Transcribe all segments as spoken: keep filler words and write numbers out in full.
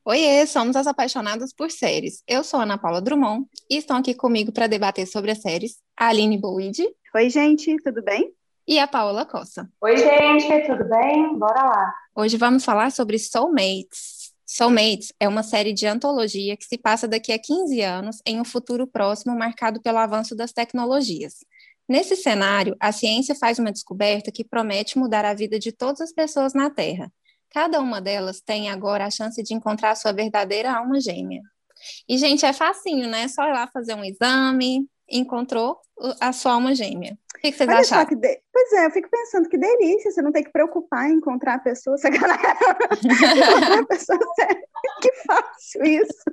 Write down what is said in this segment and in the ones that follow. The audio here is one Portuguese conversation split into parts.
Oiê, somos as apaixonadas por séries. Eu sou a Ana Paula Drummond e estão aqui comigo para debater sobre as séries a Aline Boide Oi, gente, tudo bem? e a Paola Costa. Oi, gente, tudo bem? Bora lá. Hoje vamos falar sobre Soulmates. Soulmates é uma série de antologia que se passa daqui a quinze anos em um futuro próximo marcado pelo avanço das tecnologias. Nesse cenário, a ciência faz uma descoberta que promete mudar a vida de todas as pessoas na Terra. Cada uma delas tem agora a chance de encontrar sua verdadeira alma gêmea. E, gente, é facinho, né? Só ir lá fazer um exame, encontrou o- a sua alma gêmea. O que que vocês Olha só acharam? que. De... Pois é, eu fico pensando que delícia, você não tem que preocupar em encontrar a pessoa, sacanagem. Encontrar a pessoa séria. Que fácil isso.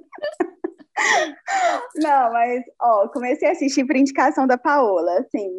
Não, mas, ó, comecei a assistir por indicação da Paola, assim,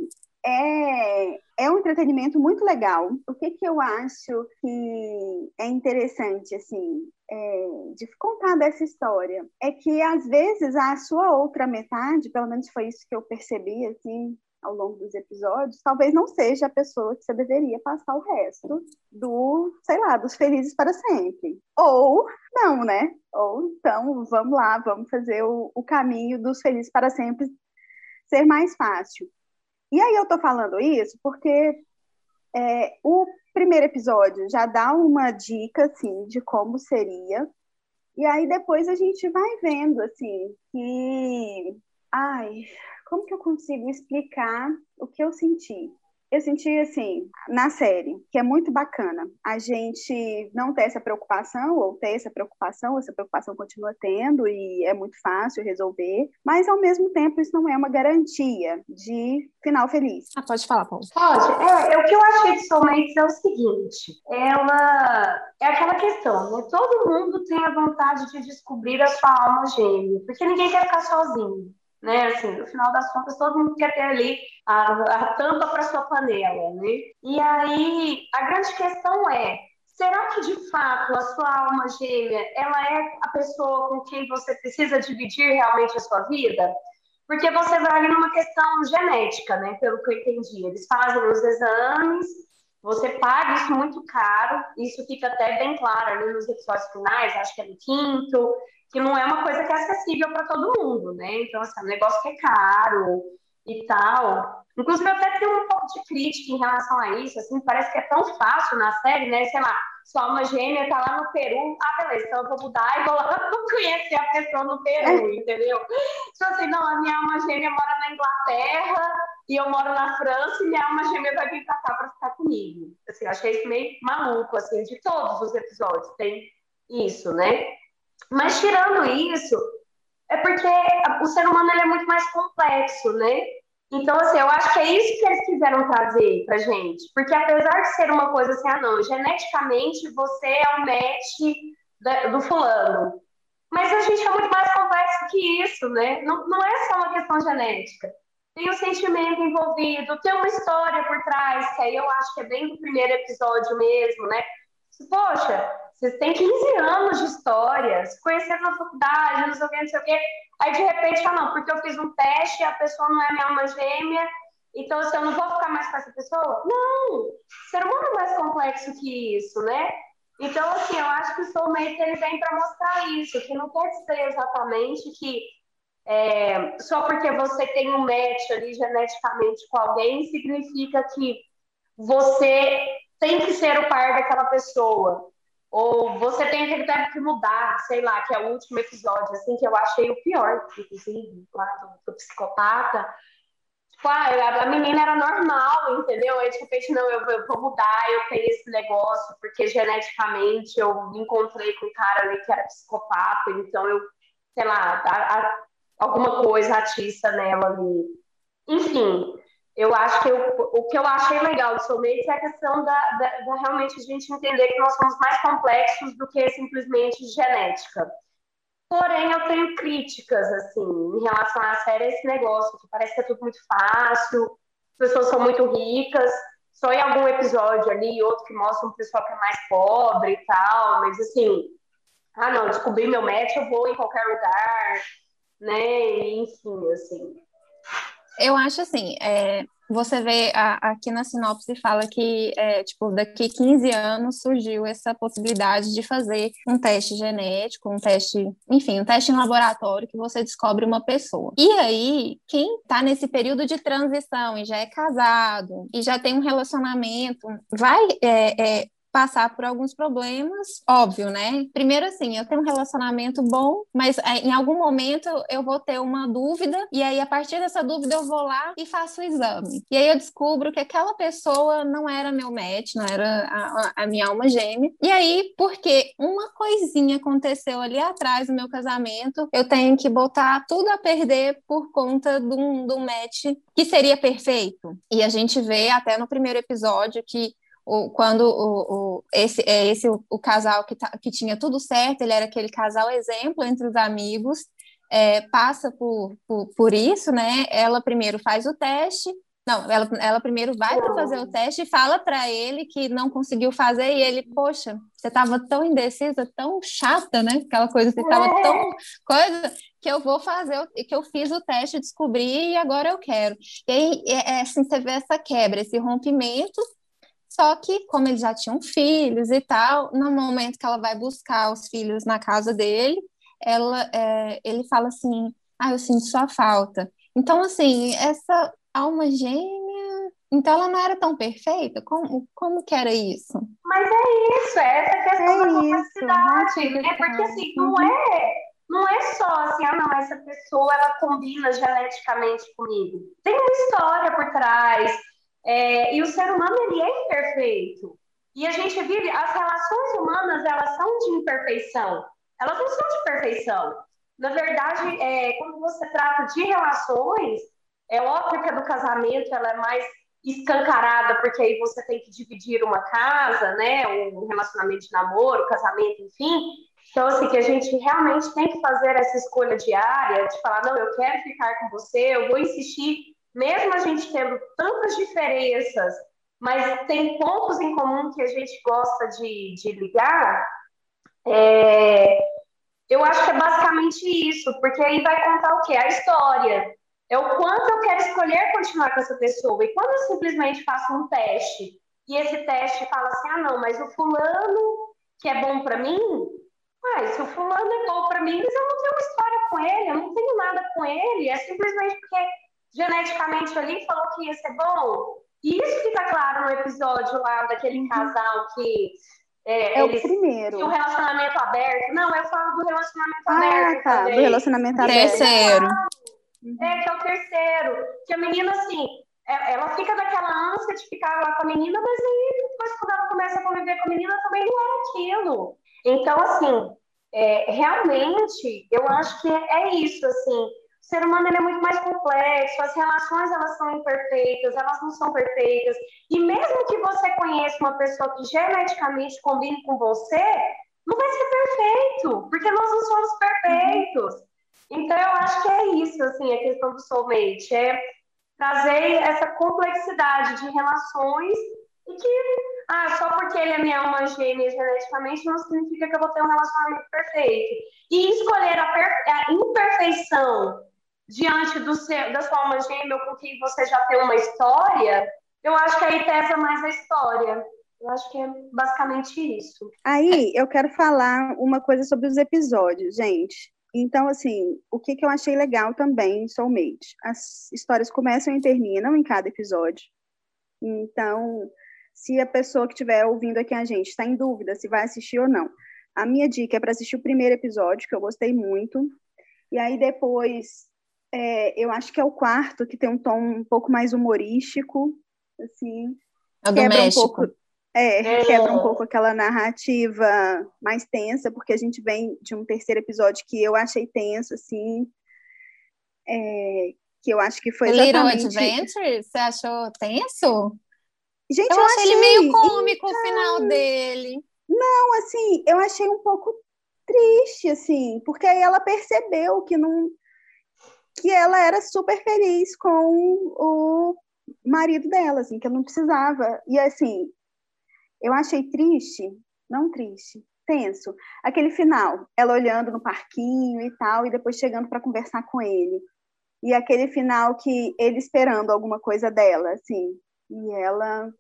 é, é um entretenimento muito legal. O que que eu acho que é interessante, assim, é, de contar dessa história, é que, às vezes, a sua outra metade, pelo menos foi isso que eu percebi, assim, ao longo dos episódios, talvez não seja a pessoa que você deveria passar o resto do, sei lá, dos felizes para sempre. Ou não, né? Ou então, vamos lá, vamos fazer o, o caminho dos felizes para sempre ser mais fácil. E aí eu tô falando isso porque é, o primeiro episódio já dá uma dica, assim, de como seria. E aí depois a gente vai vendo, assim, que... Ai, como que eu consigo explicar o que eu senti? Eu senti, assim, na série, que é muito bacana a gente não ter essa preocupação, ou ter essa preocupação, essa preocupação continua tendo e é muito fácil resolver, mas ao mesmo tempo isso não é uma garantia de final feliz. Ah, pode falar, Paulo. Pode. É, é, o que eu achei de Soulmates é o seguinte: ela é aquela questão, né? Todo mundo tem a vontade de descobrir a sua alma gêmea, porque ninguém quer ficar sozinho, né? Assim, no final das contas, todo mundo quer ter ali a, a tampa para sua panela, né? E aí, a grande questão é: será que de fato a sua alma gêmea ela é a pessoa com quem você precisa dividir realmente a sua vida? Porque você vai ali numa questão genética, né? Pelo que eu entendi. Eles fazem os exames, você paga isso muito caro, isso fica até bem claro ali nos episódios finais, acho que é no quinto, que não é uma coisa que é acessível para todo mundo, né? Então, assim, é um negócio que é caro e tal. Inclusive, eu até tenho um pouco de crítica em relação a isso, assim, parece que é tão fácil na série, né? Sei lá, sua alma gêmea tá lá no Peru, ah, beleza, então eu vou mudar e vou lá conhecer a pessoa no Peru, entendeu? Tipo assim, não, a minha alma gêmea mora na Inglaterra e eu moro na França e minha alma gêmea vai vir pra cá pra ficar comigo. Assim, eu achei isso meio maluco, assim, de todos os episódios tem isso, né? Mas tirando isso, é porque o ser humano ele é muito mais complexo, né? Então, assim, eu acho que é isso que eles quiseram trazer pra gente. Porque apesar de ser uma coisa assim, ah, não, geneticamente você é o match da- do fulano. Mas a gente é muito mais complexo que isso, né? Não, não é só uma questão genética. Tem o sentimento envolvido, tem uma história por trás, que aí eu acho que é bem do primeiro episódio mesmo, né? Poxa, vocês têm quinze anos de história, se conheceram na faculdade, não sei o que, não sei o que. Aí de repente, ah, não, porque eu fiz um teste e a pessoa não é minha alma gêmea, então assim, eu não vou ficar mais com essa pessoa? Não! O ser humano é mais complexo que isso, né? Então, assim, eu acho que o Soulmate ele vem para mostrar isso, que não quer dizer exatamente que é, só porque você tem um match ali geneticamente com alguém, significa que você tem que ser o par daquela pessoa. Ou você tem que, deve que mudar, sei lá, que é o último episódio, assim, que eu achei o pior, inclusive, lá do, do psicopata. Tipo, ah, a menina era normal, entendeu? Aí, de repente, não, eu, eu vou mudar, eu tenho esse negócio, porque geneticamente eu me encontrei com um cara ali que era psicopata, então eu, sei lá, a, a, alguma coisa atiça nela ali. Enfim, eu acho que eu, o que eu achei legal do Soulmates é a questão da, da, da realmente a gente entender que nós somos mais complexos do que simplesmente genética. Porém, eu tenho críticas, assim, em relação à série, esse negócio, que parece que é tudo muito fácil, as pessoas são muito ricas, só em algum episódio ali, outro que mostra um pessoal que é mais pobre e tal, mas assim, ah não, descobri meu match, eu vou em qualquer lugar, né, enfim, assim. Eu acho assim, é, você vê a- aqui na sinopse fala que é, tipo, daqui quinze anos surgiu essa possibilidade de fazer um teste genético, um teste, enfim, um teste em laboratório que você descobre uma pessoa. E aí, quem está nesse período de transição e já é casado e já tem um relacionamento, vai é, é, passar por alguns problemas, óbvio, né? Primeiro, assim, eu tenho um relacionamento bom, mas é, em algum momento eu vou ter uma dúvida, e aí, a partir dessa dúvida, eu vou lá e faço o exame. E aí eu descubro que aquela pessoa não era meu match, não era a, a, a minha alma gêmea. E aí, porque uma coisinha aconteceu ali atrás do meu casamento, eu tenho que botar tudo a perder por conta de um, de um match que seria perfeito. E a gente vê até no primeiro episódio que o, quando o, o, esse, é esse o, o casal que, tá, que tinha tudo certo, ele era aquele casal exemplo entre os amigos, é, passa por, por, por isso, né? Ela primeiro faz o teste, não, ela, ela primeiro vai para fazer o teste e fala para ele que não conseguiu fazer, e ele, poxa, você estava tão indecisa, tão chata, né? Aquela coisa, você estava tão coisa que eu vou fazer, que eu fiz o teste, descobri e agora eu quero. E aí, é, é, assim, você vê essa quebra, esse rompimento. Só que, como eles já tinham filhos e tal, no momento que ela vai buscar os filhos na casa dele, ela, é, ele fala assim, ah, eu sinto sua falta. Então, assim, essa alma gêmea, então ela não era tão perfeita? Como, como que era isso? Mas é isso, é essa questão É da isso, complexidade, né? né? Porque assim, não Uhum. é, não é só assim, ah, não, essa pessoa ela combina geneticamente comigo. Tem uma história por trás, é, e o ser humano ele é imperfeito. E a gente vive, as relações humanas elas são de imperfeição, elas não são de perfeição. Na verdade, é, quando você trata de relações, é óbvio que a do casamento ela é mais escancarada, porque aí você tem que dividir uma casa, né, um relacionamento de namoro, casamento, enfim. Então, assim, que a gente realmente tem que fazer essa escolha diária de falar, não, eu quero ficar com você, eu vou insistir, mesmo a gente tendo tantas diferenças, mas tem pontos em comum que a gente gosta de, de ligar, é, eu acho que é basicamente isso, porque aí vai contar o quê? A história. É o quanto eu quero escolher continuar com essa pessoa. E quando eu simplesmente faço um teste, e esse teste fala assim, ah, não, mas o fulano que é bom para mim, ah, se o fulano é bom para mim, mas eu não tenho uma história com ele, eu não tenho nada com ele, é simplesmente porque geneticamente ali falou que ia ser bom. E isso fica claro no episódio lá daquele casal que é, É o eles primeiro. tinham um relacionamento aberto. Não, eu falo do relacionamento Ah, aberto tá, também. do relacionamento aberto. Terceiro. É, que é o terceiro. Que a menina, assim, é- ela fica naquela ânsia de ficar lá com a menina, mas aí depois quando ela começa a conviver com a menina também não era aquilo. Então, assim, é, realmente, eu acho que é, é isso, assim, o ser humano ele é muito mais complexo, as relações elas são imperfeitas, elas não são perfeitas, e mesmo que você conheça uma pessoa que geneticamente combine com você, não vai ser perfeito, porque nós não somos perfeitos. Então, eu acho que é isso, assim, a questão do soulmate, é trazer essa complexidade de relações e que, ah, só porque ele é minha alma gêmea geneticamente não significa que eu vou ter um relacionamento perfeito. E escolher a, per- a imperfeição diante do seu, da sua alma gêmea ou com quem você já tem uma história, eu acho que aí pesa mais a história. Eu acho que é basicamente isso. Aí eu quero falar uma coisa sobre os episódios, gente. Então, assim, o que, que eu achei legal também em Soulmate? As histórias começam e terminam em cada episódio. Então, se a pessoa que estiver ouvindo aqui a gente está em dúvida se vai assistir ou não, a minha dica é para assistir o primeiro episódio, que eu gostei muito. E aí depois, é, eu acho que é o quarto, que tem um tom um pouco mais humorístico, assim, É do quebra um México. pouco, é, É. quebra um pouco aquela narrativa mais tensa, porque a gente vem de um terceiro episódio que eu achei tenso, assim, é, que eu acho que foi O Little exatamente... Adventure, você achou tenso? Gente, Eu eu achei ele achei, meio cômico o final dele. não, assim, eu achei um pouco triste, assim, porque aí ela percebeu que não, que ela era super feliz com o marido dela, assim, que ela não precisava. E assim, eu achei triste, não triste, tenso, aquele final, ela olhando no parquinho e tal, e depois chegando para conversar com ele. E aquele final que ele esperando alguma coisa dela, assim. E ela...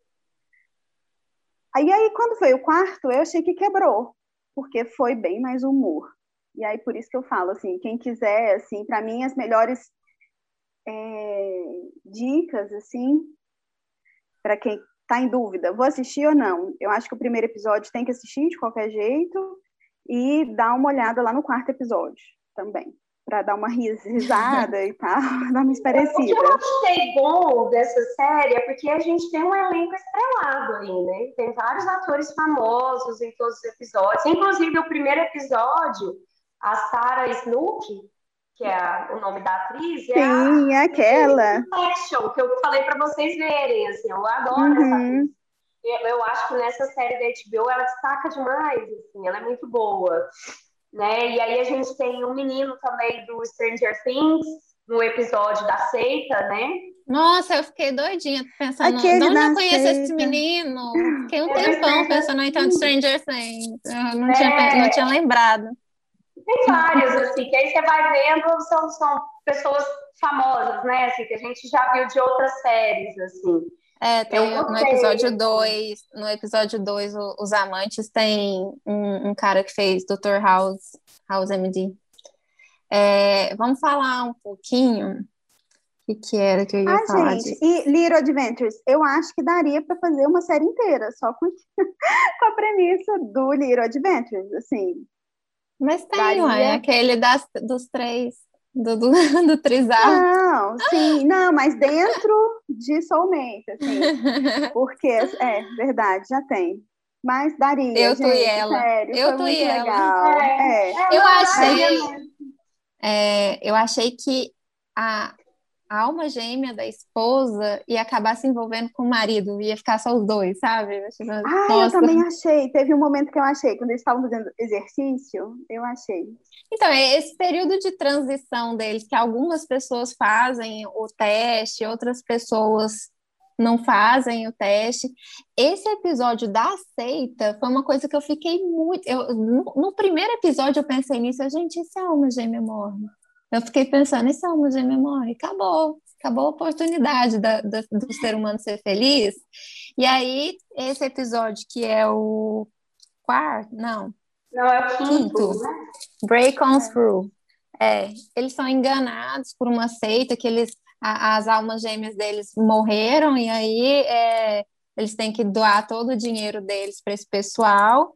Aí, aí quando foi o quarto, eu achei que quebrou, porque foi bem mais humor. E aí, por isso que eu falo, assim, quem quiser, assim, para mim, as melhores é, dicas, assim, para quem tá em dúvida, vou assistir ou não? Eu acho que o primeiro episódio tem que assistir de qualquer jeito e dar uma olhada lá no quarto episódio também, para dar uma risada e tal, dar uma O que eu esparecida. achei bom dessa série é porque a gente tem um elenco estrelado aí, né? Tem vários atores famosos em todos os episódios. Inclusive, o primeiro episódio, a Sarah Snook, que é a- o nome da atriz, é a Sim, é aquela. Action, que eu falei para vocês verem, assim, eu adoro essa atriz. Uhum. Eu, eu acho que nessa série da H B O ela destaca demais, assim, ela é muito boa, né? E aí a gente tem um menino também do Stranger Things, no episódio da seita, né? Nossa, eu fiquei doidinha pensando, de Aquele onde eu da conheço esse seita. menino? Fiquei um É do tempão Stranger pensando, então, de Things. Stranger Things. Eu não tinha, pe- não tinha É, lembrado. tem vários, assim, que aí você vai vendo, são, são pessoas famosas, né? Assim, que a gente já viu de outras séries, assim. É, Eu tem no gostei, episódio assim. dois, no episódio dois, o- os amantes tem um, um cara que fez doutor House, House M D. É, vamos falar um pouquinho o que, que era que eu ia Ah, falar gente, disso. e Little Adventures, eu acho que daria para fazer uma série inteira, só com, com a premissa do Little Adventures, assim, Mas tem, ué, daria. aquele das, dos três, do, do, do trisal. Não, sim, não, mas dentro de Soulmate, assim, porque, é, verdade, já tem. Mas daria, Eu, tu e gente, ela. sério, Eu, foi tu e muito ela. legal. É, É, é, Eu não, mas daria achei, mesmo. é, eu achei que a, a alma gêmea da esposa ia acabar se envolvendo com o marido, ia ficar só os dois, sabe? Eu achei, ah, eu nossa. também achei. Teve um momento que eu achei, quando eles estavam fazendo exercício, eu achei. Então, é esse período de transição deles, que algumas pessoas fazem o teste, outras pessoas não fazem o teste. Esse episódio da seita foi uma coisa que eu fiquei muito. Eu, no, no primeiro episódio eu pensei nisso, eu, gente, e se a alma gêmea morre? Eu fiquei pensando, e se a alma gêmea morre? Acabou, acabou a oportunidade da, da- do ser humano ser feliz. E aí, esse episódio que é o quarto, não, Não, é o quinto. quinto, né? Break on É. through. É, eles são enganados por uma seita que eles, a- as almas gêmeas deles morreram e aí é, eles têm que doar todo o dinheiro deles para esse pessoal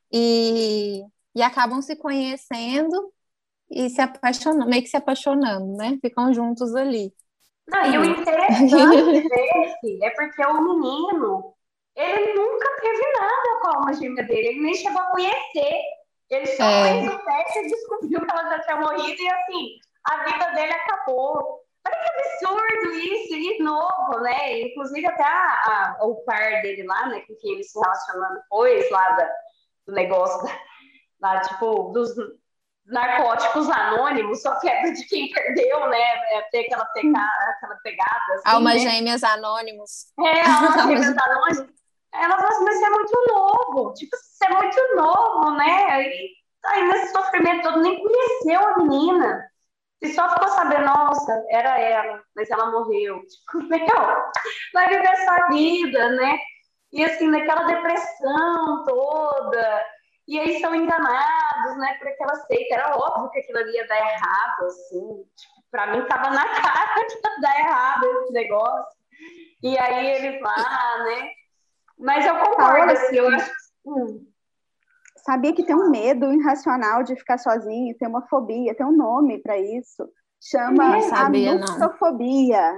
e, e acabam se conhecendo e se apaixonando, meio que se apaixonando, né? Ficam juntos ali. Não, e o E interessante desse é porque o menino, ele nunca teve nada com a alma gêmea dele, ele nem chegou a conhecer. Ele só fez é, o teste e descobriu que ela já tinha morrido e assim, a vida dele acabou. Olha que absurdo isso, e de novo, né? Inclusive até a, a- o par dele lá, né, com quem ele se relacionou depois, lá da- do negócio, lá, tipo, dos narcóticos anônimos, só que é de quem perdeu, né? É ter aquela, pega, aquela pegada, assim, almas né? gêmeas anônimos. É, almas Almas gêmeas gê- anônimas. Ela falou assim, mas você é muito novo. Tipo, você é muito novo, né? E aí nesse sofrimento todo, nem conheceu a menina. E só ficou sabendo, nossa, era ela, mas ela morreu. Tipo, meu, vai viver sua vida, né? E assim, naquela depressão toda. E aí são enganados, né, por aquela seita. Era óbvio que aquilo ali ia dar errado, assim. Tipo, pra mim tava na cara que ia dar errado esse negócio. E aí eles lá, né? Mas eu concordo, Paola, assim, eu acho. Hum, sabia que tem um medo irracional de ficar sozinho, tem uma fobia, tem um nome para isso. é Chama Não mesmo. sabia, não. anuptofobia.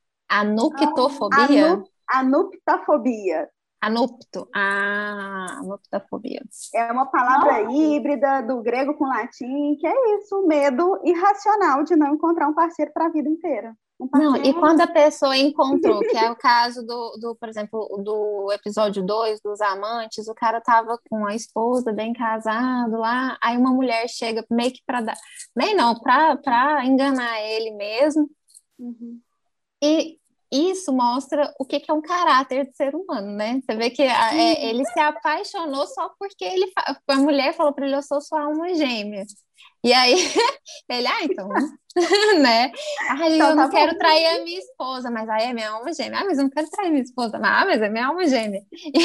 Anuctofobia? Anu, anuptafobia. Anupto. Ah, anuptofobia. É uma palavra Nossa, híbrida do grego com latim, que é isso, o medo irracional de não encontrar um parceiro para a vida inteira. Um Não, parceiro. e quando a pessoa encontrou, que é o caso do, do, por exemplo, do episódio dois dos amantes, o cara tava com a esposa bem casado lá, aí uma mulher chega meio que para dar, meio não, para para enganar ele mesmo, Uhum. e isso mostra o que que é um caráter de ser humano, né? Você vê que a- é, ele se apaixonou só porque ele, fa- a mulher falou para ele, eu sou sua alma gêmea. E aí ele, ah, então, né? Ai, Então eu tá não bom. quero trair a minha esposa, mas aí é minha alma gêmea. Ah, mas eu não quero trair minha esposa. Ah, mas é minha alma gêmea.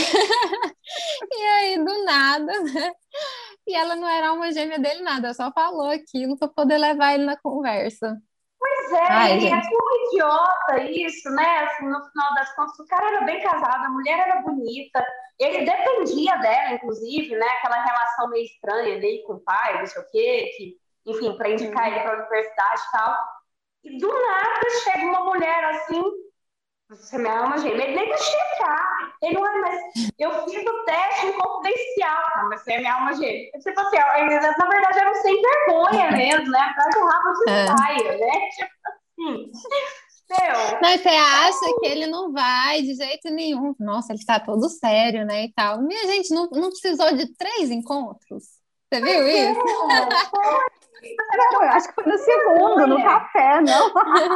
E aí, do nada, né? E ela não era alma gêmea dele, nada, só falou aquilo para poder levar ele na conversa. Pois é, Ai, e é gente. tão idiota isso, né? Assim, no final das contas, o cara era bem casado, a mulher era bonita, ele dependia dela, inclusive, né? Aquela relação meio estranha ali com o pai, não sei o quê, que, enfim, para indicar Sim. ele para a universidade e tal. E do nada chega uma mulher assim, você me ama, gêmea. Ele nem vai checar. Ele não é, mas eu fiz o teste em confidencial. Não, mas você é minha alma gêmea. Tipo assim, ó, na verdade era um sem vergonha mesmo, né? Atrás do rabo de É. saia, né? Tipo assim, meu. Mas você acha que ele não vai de jeito nenhum? Nossa, ele está todo sério, né, e tal. Minha gente, não, não precisou de três encontros? Você viu isso? É, Não, eu acho que foi no segundo, no vergonha. café, não?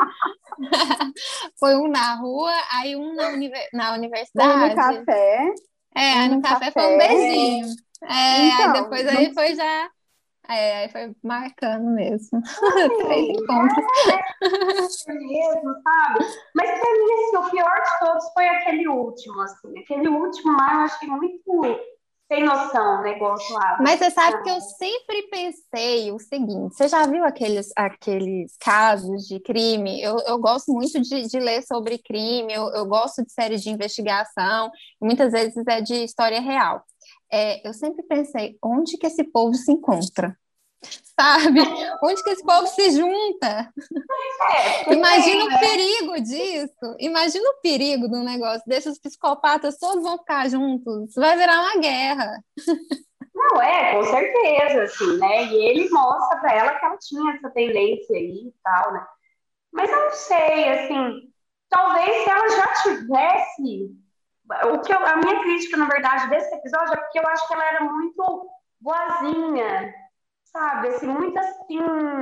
Foi um na rua, aí um na, univer- na Um no universidade. café, É, um aí no no café foi um café. beijinho. É, aí Então, depois não aí foi já. É, aí foi marcando mesmo. Três Sim, encontros. é mesmo, sabe? Mas pra mim, assim, o pior de todos foi aquele último, assim. Aquele último lá, eu achei muito sem noção o negócio lá. Mas você sabe que Ah, eu sempre pensei o seguinte: você já viu aqueles, aqueles casos de crime? Eu, eu gosto muito de, de ler sobre crime, eu, eu gosto de séries de investigação, muitas vezes é de história real. É, eu sempre pensei, onde que esse povo se encontra? Sabe? Onde que esse povo se junta? é, porque Imagina tem, o né? perigo disso. Imagina o perigo de um negócio desses, os psicopatas todos vão ficar juntos. Vai virar uma guerra. Não, é, com certeza, assim, né? E ele mostra pra ela que ela tinha essa tendência aí e tal, né? Mas eu não sei, assim, talvez se ela já tivesse. O que eu- a minha crítica, na verdade, desse episódio é porque eu acho que ela era muito boazinha, sabe? Assim, muito assim.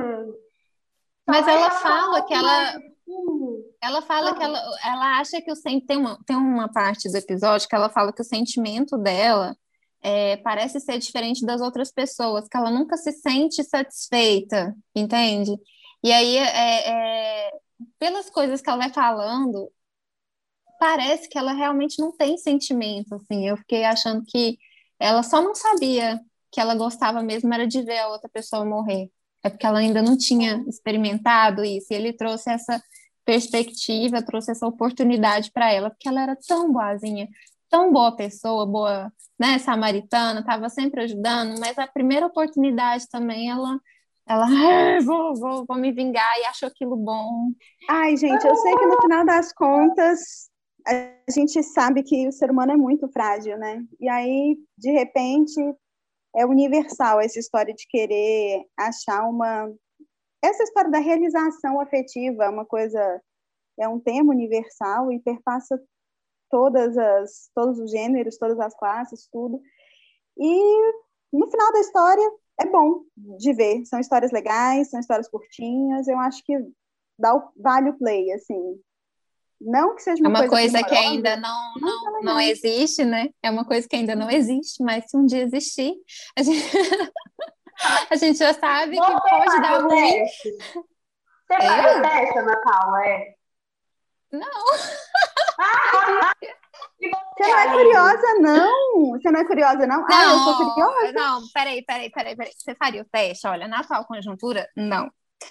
Mas Talvez ela ela fosse um fala que pouco mais ela, assim, ela fala que sabe? ela, ela acha que o sen- tem uma, tem uma parte do episódio que ela fala que o sentimento dela é, parece ser diferente das outras pessoas, que ela nunca se sente satisfeita, entende? E aí, é, é, pelas coisas que ela vai falando, parece que ela realmente não tem sentimento, assim. Eu fiquei achando que ela só não sabia que ela gostava mesmo era de ver a outra pessoa morrer. É porque ela ainda não tinha experimentado isso. E ele trouxe essa perspectiva, trouxe essa oportunidade para ela, porque ela era tão boazinha, tão boa pessoa, boa, né, samaritana, estava sempre ajudando, mas a primeira oportunidade também ela ela, "Ah, vou, vou, vou me vingar", e achou aquilo bom. Ai, gente, eu sei que no final das contas, a gente sabe que o ser humano é muito frágil, né? E aí, de repente, é universal essa história de querer achar uma. Essa história da realização afetiva é uma coisa, é um tema universal e perpassa todas as, todos os gêneros, todas as classes, tudo. E no final da história é bom de ver. São histórias legais, são histórias curtinhas. Eu acho que dá o, vale o play, assim. Não que seja É uma uma coisa coisa que ainda primorosa, não, mas é não, não legal. existe, né? É uma coisa que ainda não existe, mas se um dia existir, a gente, a gente já sabe que Você pode faria dar o ruim. teste? Você faria o Eu? teste, Ana Paula? É. Não, E você, Você não é Aline? curiosa, não? Você não é curiosa, não? Ah, eu sou não, curiosa. não, peraí, peraí, peraí, peraí. Você faria o teste? Olha, na atual conjuntura, não.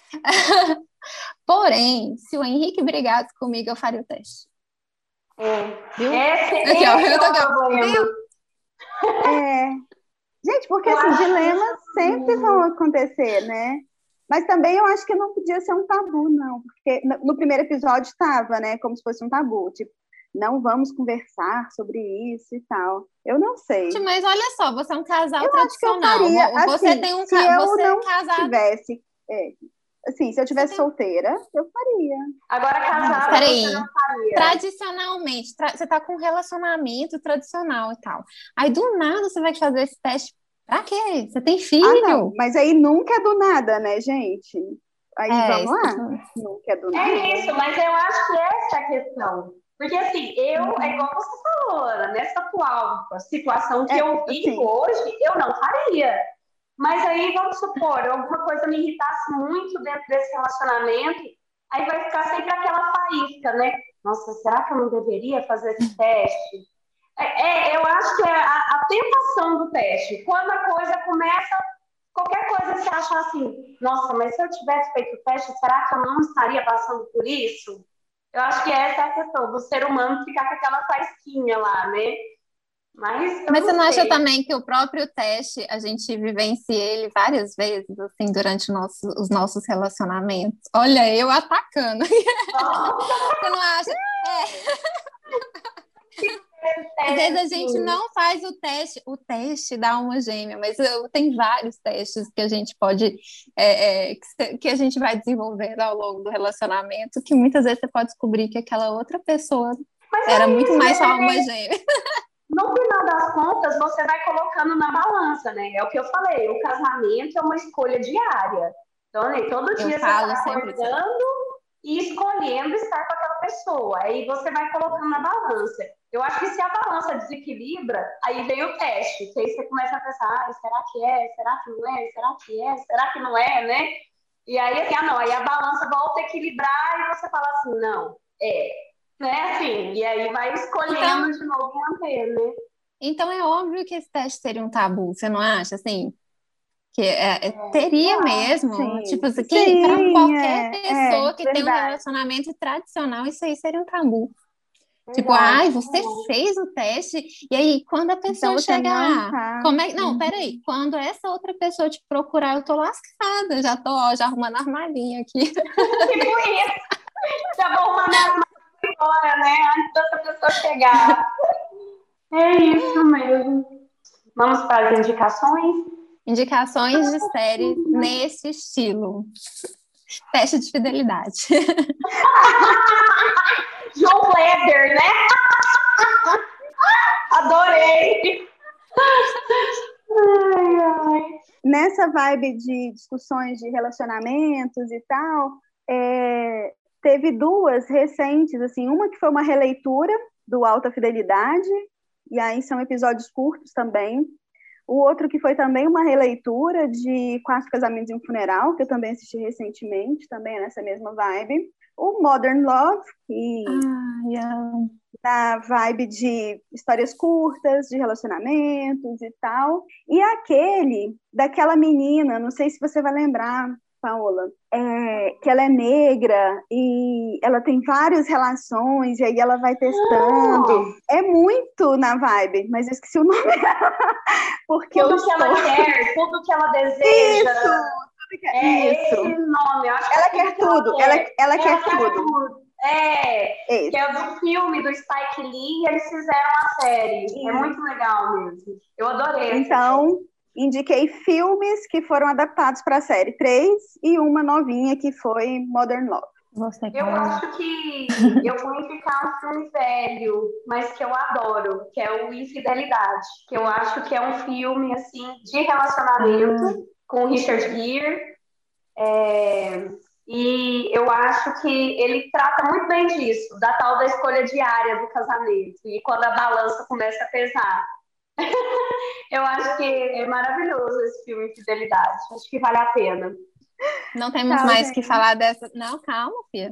Porém, se o Henrique brigasse comigo, eu faria o teste. É. Viu? Esse, Aqui, ó, esse eu é tô o aqui, ó. problema. Viu? É. Gente, porque Eu assim, acho isso dilemas sempre vão assim. acontecer, né? Mas também eu acho que não podia ser um tabu, não. Porque no no primeiro episódio estava, né? Como se fosse um tabu. Tipo, não vamos conversar sobre isso e tal. Eu não sei. Gente, mas olha só, você é um casal Eu acho que eu tradicional. faria, Mo- Você assim, tem um, se ca- eu você é não casado, tivesse. É, assim, se eu você tivesse tem um solteira, eu faria. Agora, Não, mas casada, você não peraí. faria. Tradicionalmente, tra- você tá com um relacionamento tradicional e tal. Aí do nada você vai fazer esse teste. Pra quê? Você tem Ah, não, filho? mas aí nunca é do nada, né, gente? Aí É, vamos lá. isso. Não quer do nada. É isso, mas eu acho que essa é a questão. Porque assim, eu, é igual você falou, Ana, nessa atual situação que É, eu vivo assim. hoje, eu não faria. Mas aí, vamos supor, alguma coisa me irritasse muito dentro desse relacionamento, aí vai ficar sempre aquela faísca, né? Nossa, será que eu não deveria fazer esse teste? É, é, eu acho que é a, a tentação do teste. Quando a coisa começa, qualquer coisa você acha assim, nossa, mas se eu tivesse feito o teste, será que eu não estaria passando por isso? Eu acho que essa é a questão do ser humano ficar com aquela faísquinha lá, né? Mas eu Mas você não não acha sei. também que o próprio teste, a gente vivencia ele várias vezes, assim, durante o nosso- os nossos relacionamentos? Olha, eu atacando. Você não acha? Às vezes a gente Assim, não faz o teste, o teste dá uma gêmea, mas eu- tem vários testes que a gente pode, é, é, que, se- que a gente vai desenvolvendo ao longo do relacionamento, que muitas vezes você pode descobrir que aquela outra pessoa mas era é muito isso, mais você só uma vê, gêmea. no final das contas, você vai colocando na balança, né? É o que eu falei, o casamento é uma escolha diária. Então, né, todo Eu dia você está falo sempre isso. acordando e escolhendo estar com aquela pessoa. Aí você vai colocando na balança. Eu acho que se a balança desequilibra, aí vem o teste. Que aí você começa a pensar, ah, será que é? Será que não é? Será que é? Será que não é, né? E aí, assim, ah, não, aí a balança volta a equilibrar e você fala assim, não, é, né, assim, e aí vai Então, escolhendo de novo manter, né? então é óbvio que esse teste seria um tabu, você não acha? Assim, que é, é- Eu teria acho. mesmo, Sim, tipo assim, que para sim, qualquer é, é, pessoa que tem um verdade, relacionamento tradicional, isso aí seria um tabu. Tipo, Verdade. ai, você fez o teste, e aí quando a então pessoa você chega não lá, tá. como é que. Não, Uhum. peraí, quando essa outra pessoa te procurar, eu tô lascada, já tô, ó, já arrumando a armadilha aqui. Tipo isso. Já vou arrumar minha mala agora, né? Antes dessa pessoa chegar. É isso mesmo. Vamos para as indicações? Indicações de séries nesse estilo. Teste de fidelidade. João Kleber, né? Adorei! Ai, ai. Nessa vibe de discussões de relacionamentos e tal, é, teve duas recentes, assim, uma que foi uma releitura do Alta Fidelidade, e aí são episódios curtos também. O outro que foi também uma releitura de Quatro Casamentos e um Funeral, que eu também assisti recentemente, também é nessa mesma vibe. O Modern Love, que Ai, ai. na vibe de histórias curtas, de relacionamentos e tal. E aquele daquela menina, não sei se você vai lembrar, Paola, é, que ela é negra e ela tem várias relações e aí ela vai testando. É muito na vibe, mas eu esqueci o nome dela, porque eu Tudo que ela estou... quer, tudo que ela deseja. Isso! Tudo que... É Isso! esse nome. Eu acho que Ela é tudo quer que ela tudo, ela, quer. ela Ela quer quer tudo. tudo. É, que Esse. é do filme do Spike Lee, e eles fizeram a série. É muito legal mesmo. Eu adorei essa série. Então, indiquei filmes que foram adaptados para a série, três, e uma novinha que foi Modern Love. Você Eu fala. acho que eu vou indicar um filme velho, mas que eu adoro, que é o Infidelidade. Que eu acho que é um filme assim de relacionamento Ah, com o Richard Gere. É, e eu acho que ele trata muito bem disso, da tal da escolha diária do casamento. E quando a balança começa a pesar. Eu acho que é maravilhoso esse filme Infidelidade. Acho que vale a pena. não temos Tchau, mais que gente. falar dessa. Não, calma, filha.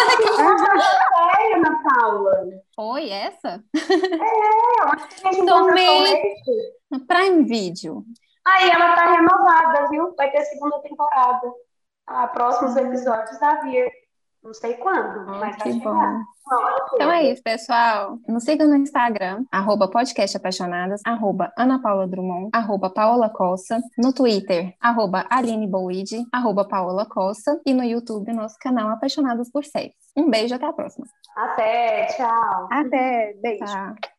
Sério, Ana Paula? Foi essa? É, onde que a gente encontra Soulmate Soulmate? no Prime Video. Aí ela tá renovada, viu? Vai ter segunda temporada. Ah, próximos Ah, episódios a vir. Não sei quando, oh, mas vai que chegar. bom. Uma hora Então é chega. isso, pessoal. Nos siga no Instagram, arroba podcast apaixonadas, arroba Ana Paula Drummond, arroba Paola Cossa, no Twitter, arroba Aline Boide, arroba Paola Cossa, e no YouTube, nosso canal Apaixonadas por Séries. Um beijo, até a próxima. Até, tchau. Até, beijo. Tá.